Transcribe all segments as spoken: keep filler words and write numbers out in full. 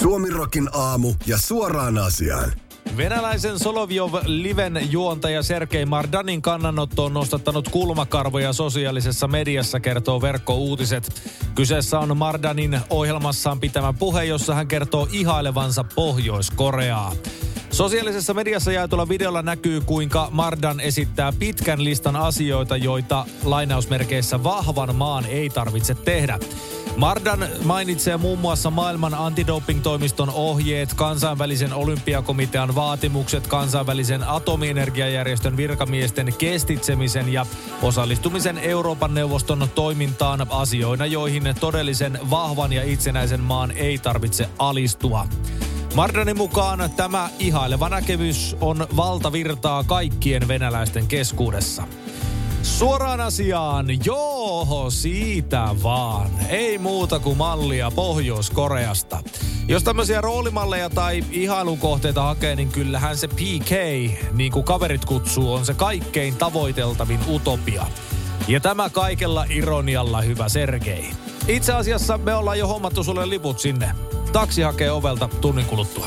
Suomirokin aamu ja suoraan asiaan. Venäläisen Solovjov-liven juontaja Sergei Mardanin kannanotto on nostattanut kulmakarvoja sosiaalisessa mediassa, kertoo Verkkouutiset. Kyseessä on Mardanin ohjelmassaan pitämä puhe, jossa hän kertoo ihailevansa Pohjois-Koreaa. Sosiaalisessa mediassa jaetulla videolla näkyy, kuinka Mardan esittää pitkän listan asioita, joita lainausmerkeissä vahvan maan ei tarvitse tehdä. Mardan mainitsee muun muassa maailman antidoping-toimiston ohjeet, kansainvälisen olympiakomitean vaatimukset, kansainvälisen atomienergiajärjestön virkamiesten kestitsemisen ja osallistumisen Euroopan neuvoston toimintaan asioina, joihin todellisen vahvan ja itsenäisen maan ei tarvitse alistua. Mardanin mukaan tämä ihaileva näkemys on valtavirtaa kaikkien venäläisten keskuudessa. Suoraan asiaan, joo, siitä vaan. Ei muuta kuin mallia Pohjois-Koreasta. Jos tämmöisiä roolimalleja tai ihailukohteita hakee, niin kyllähän se P K, niin kuin kaverit kutsuu, on se kaikkein tavoiteltavin utopia. Ja tämä kaikella ironialla, hyvä Sergei. Itse asiassa me ollaan jo hommattu sulle liput sinne. Taksi hakee ovelta tunnin kuluttua.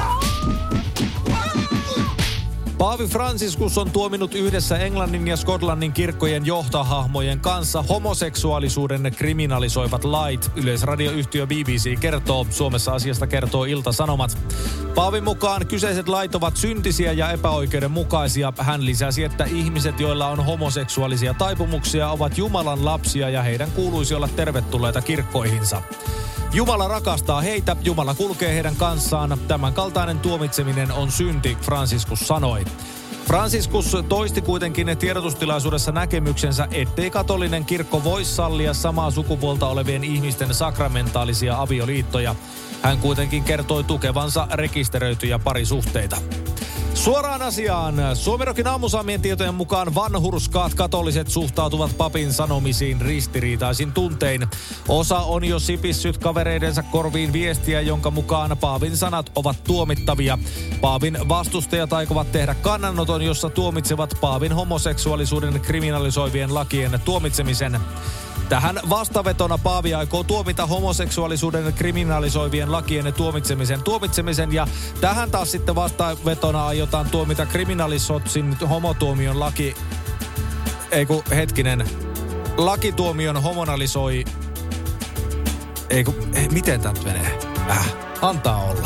Paavi Franciscus on tuominut yhdessä Englannin ja Skotlannin kirkkojen johtohahmojen kanssa homoseksuaalisuuden kriminalisoivat lait. Yleisradioyhtiö B B C kertoo, Suomessa asiasta kertoo Ilta-Sanomat. Paavin mukaan kyseiset lait ovat syntisiä ja epäoikeudenmukaisia. Hän lisäsi, että ihmiset, joilla on homoseksuaalisia taipumuksia, ovat Jumalan lapsia ja heidän kuuluisi olla tervetulleita kirkkoihinsa. Jumala rakastaa heitä, Jumala kulkee heidän kanssaan. Tämän kaltainen tuomitseminen on synti, Franciscus sanoi. Franciscus toisti kuitenkin tiedotustilaisuudessa näkemyksensä, ettei katolinen kirkko voi sallia samaa sukupuolta olevien ihmisten sakramentaalisia avioliittoja. Hän kuitenkin kertoi tukevansa rekisteröityjä parisuhteita. Suoraan asiaan. Suomirokin aamusaamien tietojen mukaan vanhurskaat katoliset suhtautuvat papin sanomisiin ristiriitaisin tuntein. Osa on jo sipissyt kavereidensa korviin viestiä, jonka mukaan paavin sanat ovat tuomittavia. Paavin vastustajat aikovat tehdä kannanoton, jossa tuomitsevat paavin homoseksuaalisuuden kriminalisoivien lakien tuomitsemisen. Tähän vastavetona paavi aikoo tuomita homoseksuaalisuuden kriminalisoivien lakien tuomitsemisen tuomitsemisen ja tähän taas sitten vastavetona aiotaan tuomita kriminalisotsin homotuomion laki, ei kun hetkinen, lakituomion homonalisoi, ei kun, miten tämä menee? Äh, antaa olla.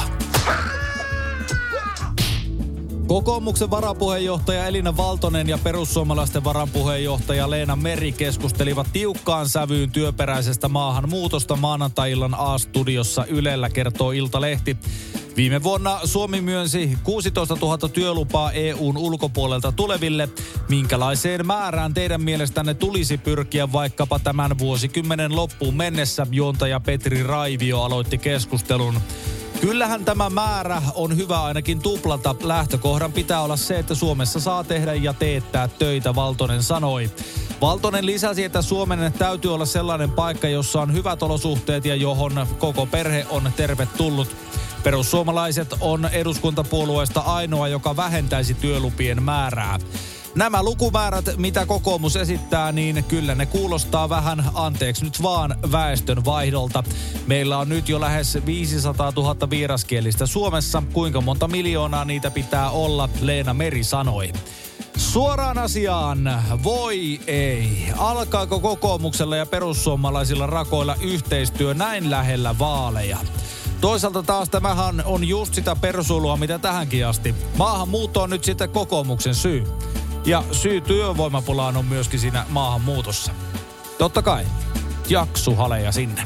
Kokoomuksen varapuheenjohtaja Elina Valtonen ja perussuomalaisten varapuheenjohtaja Leena Meri keskustelivat tiukkaan sävyyn työperäisestä maahanmuutosta maanantai-illan A-studiossa Ylellä, kertoo Iltalehti. Viime vuonna Suomi myönsi kuusitoistatuhatta työlupaa E U:n ulkopuolelta tuleville. Minkälaiseen määrään teidän mielestänne tulisi pyrkiä vaikkapa tämän vuosikymmenen loppuun mennessä, juontaja Petri Raivio aloitti keskustelun. Kyllähän tämä määrä on hyvä ainakin tuplata. Lähtökohdan pitää olla se, että Suomessa saa tehdä ja teettää töitä, Valtonen sanoi. Valtonen lisäsi, että Suomen täytyy olla sellainen paikka, jossa on hyvät olosuhteet ja johon koko perhe on tervetullut. Perussuomalaiset on eduskuntapuolueesta ainoa, joka vähentäisi työlupien määrää. Nämä lukumäärät, mitä kokoomus esittää, niin kyllä ne kuulostaa vähän, anteeksi nyt vaan, väestön vaihdolta. Meillä on nyt jo lähes viisisataatuhatta vieraskielistä Suomessa. Kuinka monta miljoonaa niitä pitää olla, Leena Meri sanoi. Suoraan asiaan, voi ei. Alkaako kokoomuksella ja perussuomalaisilla rakoilla yhteistyö näin lähellä vaaleja? Toisaalta taas tämähän on just sitä persuilua, mitä tähänkin asti. Maahanmuutto on nyt sitten kokoomuksen syy. Ja syy työvoimapulaan on myöskin siinä maahanmuutossa. Totta kai, jaksuhaleja sinne.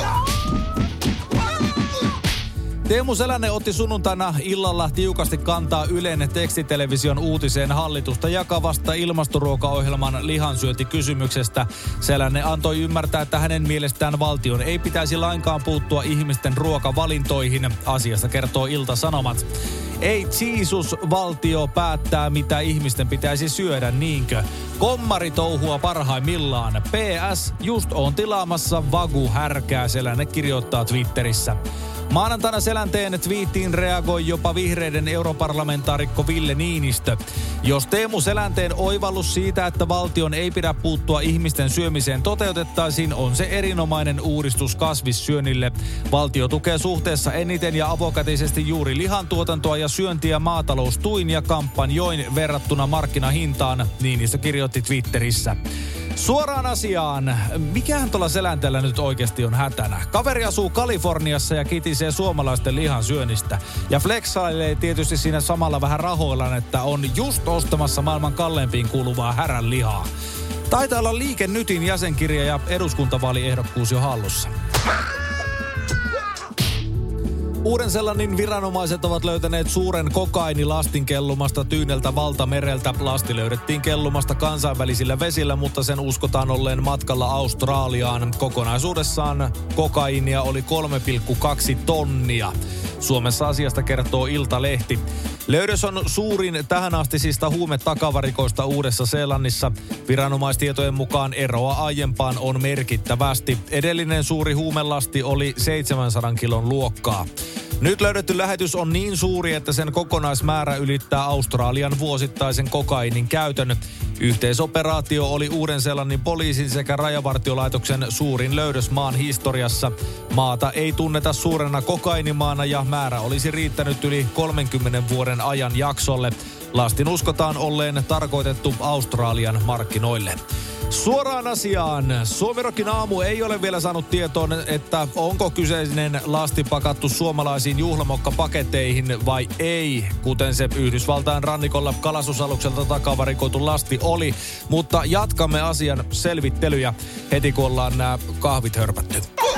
Teemu Selänne otti sunnuntaina illalla tiukasti kantaa Ylen tekstitelevision uutiseen hallitusta jakavasta ilmastoruokaohjelman lihansyöntikysymyksestä. Selänne antoi ymmärtää, että hänen mielestään valtion ei pitäisi lainkaan puuttua ihmisten ruokavalintoihin. Asiasta kertoo Ilta-Sanomat. Ei Jeesus valtio päättää, mitä ihmisten pitäisi syödä, niinkö? Kommari touhua parhaimmillaan. P S. Just on tilaamassa Vagu-härkää, Selänne kirjoittaa Twitterissä. Maanantaina Selänteen twiittiin reagoi jopa vihreiden europarlamentaarikko Ville Niinistö. Jos Teemu Selänteen oivallus siitä, että valtion ei pidä puuttua ihmisten syömiseen toteutettaisiin, on se erinomainen uudistus kasvissyönnille. Valtio tukee suhteessa eniten ja avokätisesti juuri lihantuotantoa ja syöntiä maataloustuin ja kampanjoin verrattuna markkinahintaan, Niinistö kirjoitti Twitterissä. Suoraan asiaan. Mikähän tuolla Selänteellä nyt oikeasti on hätänä? Kaveri asuu Kaliforniassa ja kitisee suomalaisten lihan syönnistä. Ja flexailee tietysti siinä samalla vähän rahoillaan, että on just ostamassa maailman kalleimpiin kuuluvaa härän lihaa. Taitaa olla Liike Nytin jäsenkirja ja eduskuntavaaliehdokkuus jo hallussa. Uuden-Seelannin viranomaiset ovat löytäneet suuren kokainilastin kellumasta Tyyneltä valtamereltä. Lasti löydettiin kellumasta kansainvälisillä vesillä, mutta sen uskotaan olleen matkalla Australiaan. Kokonaisuudessaan kokaiinia oli kolme pilkku kaksi tonnia. Suomessa asiasta kertoo Iltalehti. Löydös on suurin tähänastisista huumetakavarikoista Uudessa-Seelannissa. Viranomaistietojen mukaan eroa aiempaan on merkittävästi. Edellinen suuri huumelasti oli seitsemänsadan kilon luokkaa. Nyt löydetty lähetys on niin suuri, että sen kokonaismäärä ylittää Australian vuosittaisen kokainin käytön. Yhteisoperaatio oli Uuden-Seelannin poliisin sekä rajavartiolaitoksen suurin löydös maan historiassa. Maata ei tunneta suurena kokainimaana ja määrä olisi riittänyt yli kolmenkymmenen vuoden ajan jaksolle. Lastin uskotaan olleen tarkoitettu Australian markkinoille. Suoraan asiaan. Suomirokin aamu ei ole vielä saanut tietoon, että onko kyseinen lasti pakattu suomalaisiin juhlamokkapaketteihin vai ei, kuten se Yhdysvaltain rannikolla kalastusalukselta takavarikoitu lasti oli. Mutta jatkamme asian selvittelyjä heti, kun ollaan nämä kahvit hörpätty.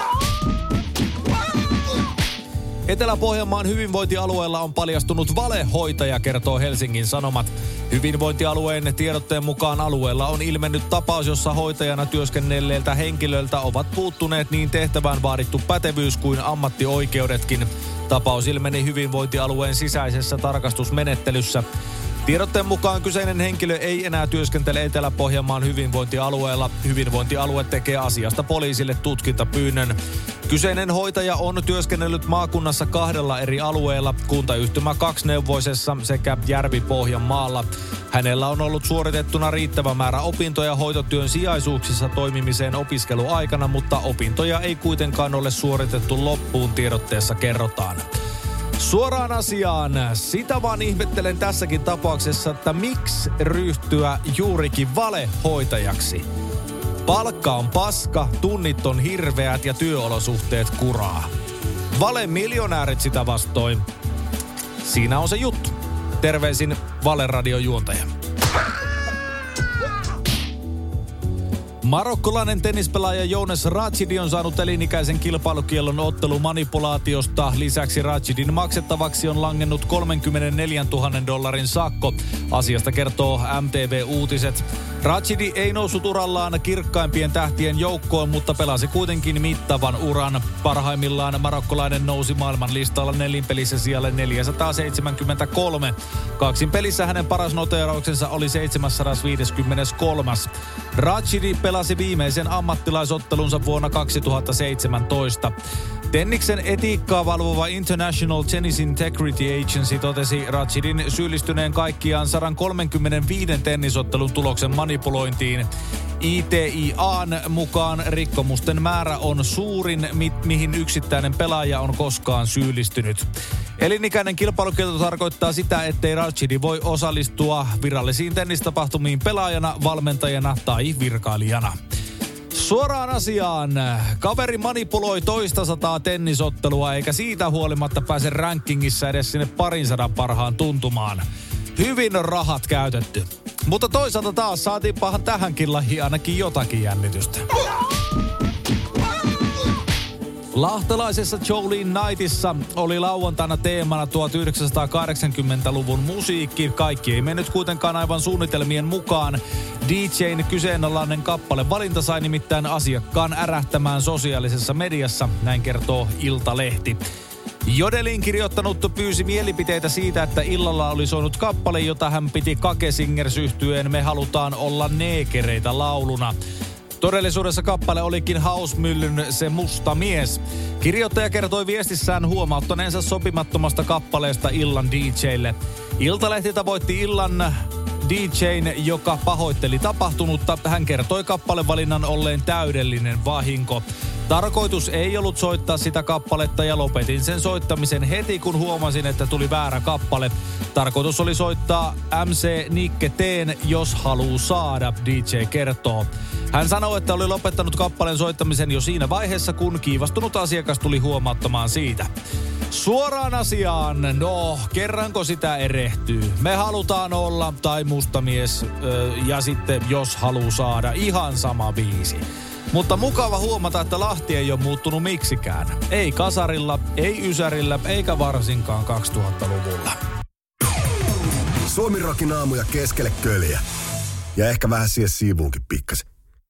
Etelä-Pohjanmaan hyvinvointialueella on paljastunut valehoitaja, kertoo Helsingin Sanomat. Hyvinvointialueen tiedotteen mukaan alueella on ilmennyt tapaus, jossa hoitajana työskennelleiltä henkilöiltä ovat puuttuneet niin tehtävään vaadittu pätevyys kuin ammattioikeudetkin. Tapaus ilmeni hyvinvointialueen sisäisessä tarkastusmenettelyssä. Tiedotteen mukaan kyseinen henkilö ei enää työskentele Etelä-Pohjanmaan hyvinvointialueella. Hyvinvointialue tekee asiasta poliisille tutkintapyynnön. Kyseinen hoitaja on työskennellyt maakunnassa kahdella eri alueella, kuntayhtymä kaksineuvosessa sekä Järvi-Pohjanmaalla. Hänellä on ollut suoritettuna riittävä määrä opintoja hoitotyön sijaisuuksissa toimimiseen opiskeluaikana, mutta opintoja ei kuitenkaan ole suoritettu loppuun, tiedotteessa kerrotaan. Suoraan asiaan. Sitä vaan ihmettelen tässäkin tapauksessa, että miksi ryhtyä juurikin valehoitajaksi. Palkka on paska, tunnit on hirveät ja työolosuhteet kuraa. Valemiljonäärit sitä vastoin. Siinä on se juttu. Terveisin Valeradion juontaja. Marokkolainen tennispelaaja Younes Rachidi on saanut elinikäisen kilpailukiellon ottelumanipulaatiosta. Lisäksi Rachidin maksettavaksi on langennut kolmekymmentäneljätuhatta dollarin sakko. Asiasta kertoo M T V Uutiset. Rachidi ei noussut urallaan kirkkaimpien tähtien joukkoon, mutta pelasi kuitenkin mittavan uran. Parhaimmillaan marokkolainen nousi maailman listalla nelinpelissä sijalle neljäsataaseitsemänkymmentäkolme. Kaksin pelissä hänen paras noteerauksensa oli seitsemänsataaviisikymmentäkolme. Rachidi pelasi viimeisen ammattilaisottelunsa vuonna kaksituhattaseitsemäntoista. Tenniksen etiikkaa valvova International Tennis Integrity Agency totesi Rachidin syyllistyneen kaikkiaan sata kolmekymmentäviisi tennisottelun tuloksen manipulointiin. I T I A:n mukaan rikkomusten määrä on suurin, mi- mihin yksittäinen pelaaja on koskaan syyllistynyt. Elinikäinen kilpailukielto tarkoittaa sitä, ettei Rachidi voi osallistua virallisiin tennistapahtumiin pelaajana, valmentajana tai virkailijana. Suoraan asiaan. Kaveri manipuloi toista sataa tennisottelua eikä siitä huolimatta pääse rankingissa edes sinne parin sadan parhaan tuntumaan. Hyvin on rahat käytetty. Mutta toisaalta taas saatiinpahan tähänkin lajiin ainakin jotakin jännitystä. Lahtelaisessa Jolene Nightissa oli lauantaina teemana tuhatyhdeksänsataakahdeksankymmentäluvun musiikki. Kaikki ei mennyt kuitenkaan aivan suunnitelmien mukaan. D J:n kyseenalainen kappale valinta sai nimittäin asiakkaan ärähtämään sosiaalisessa mediassa, näin kertoo Iltalehti. Jodelin kirjoittanut pyysi mielipiteitä siitä, että illalla oli soinut kappale, jota hän piti Kake Singers -yhtyeen Me halutaan olla neekereitä lauluna. Todellisuudessa kappale olikin Hausmyllyn Se musta mies. Kirjoittaja kertoi viestissään huomauttaneensa sopimattomasta kappaleesta illan D J:lle. Iltalehti tavoitti illan D J:n, joka pahoitteli tapahtunutta. Hän kertoi kappalevalinnan olleen täydellinen vahinko. Tarkoitus ei ollut soittaa sitä kappaletta ja lopetin sen soittamisen heti, kun huomasin, että tuli väärä kappale. Tarkoitus oli soittaa M C Nikke T:n Jos haluu saada, D J kertoo. Hän sanoi, että oli lopettanut kappaleen soittamisen jo siinä vaiheessa, kun kiivastunut asiakas tuli huomauttamaan siitä. Suoraan asiaan, no, kerranko sitä erehtyy? Me halutaan olla, tai mustamies, ja sitten jos haluu saada, ihan sama biisi. Mutta mukava huomata, että Lahti ei ole muuttunut miksikään. Ei kasarilla, ei ysärillä, eikä varsinkaan kaksituhattaluvulla. Suomi Rockin aamuja keskelle köljä. Ja ehkä vähän siihen siivuunkin pikkasen.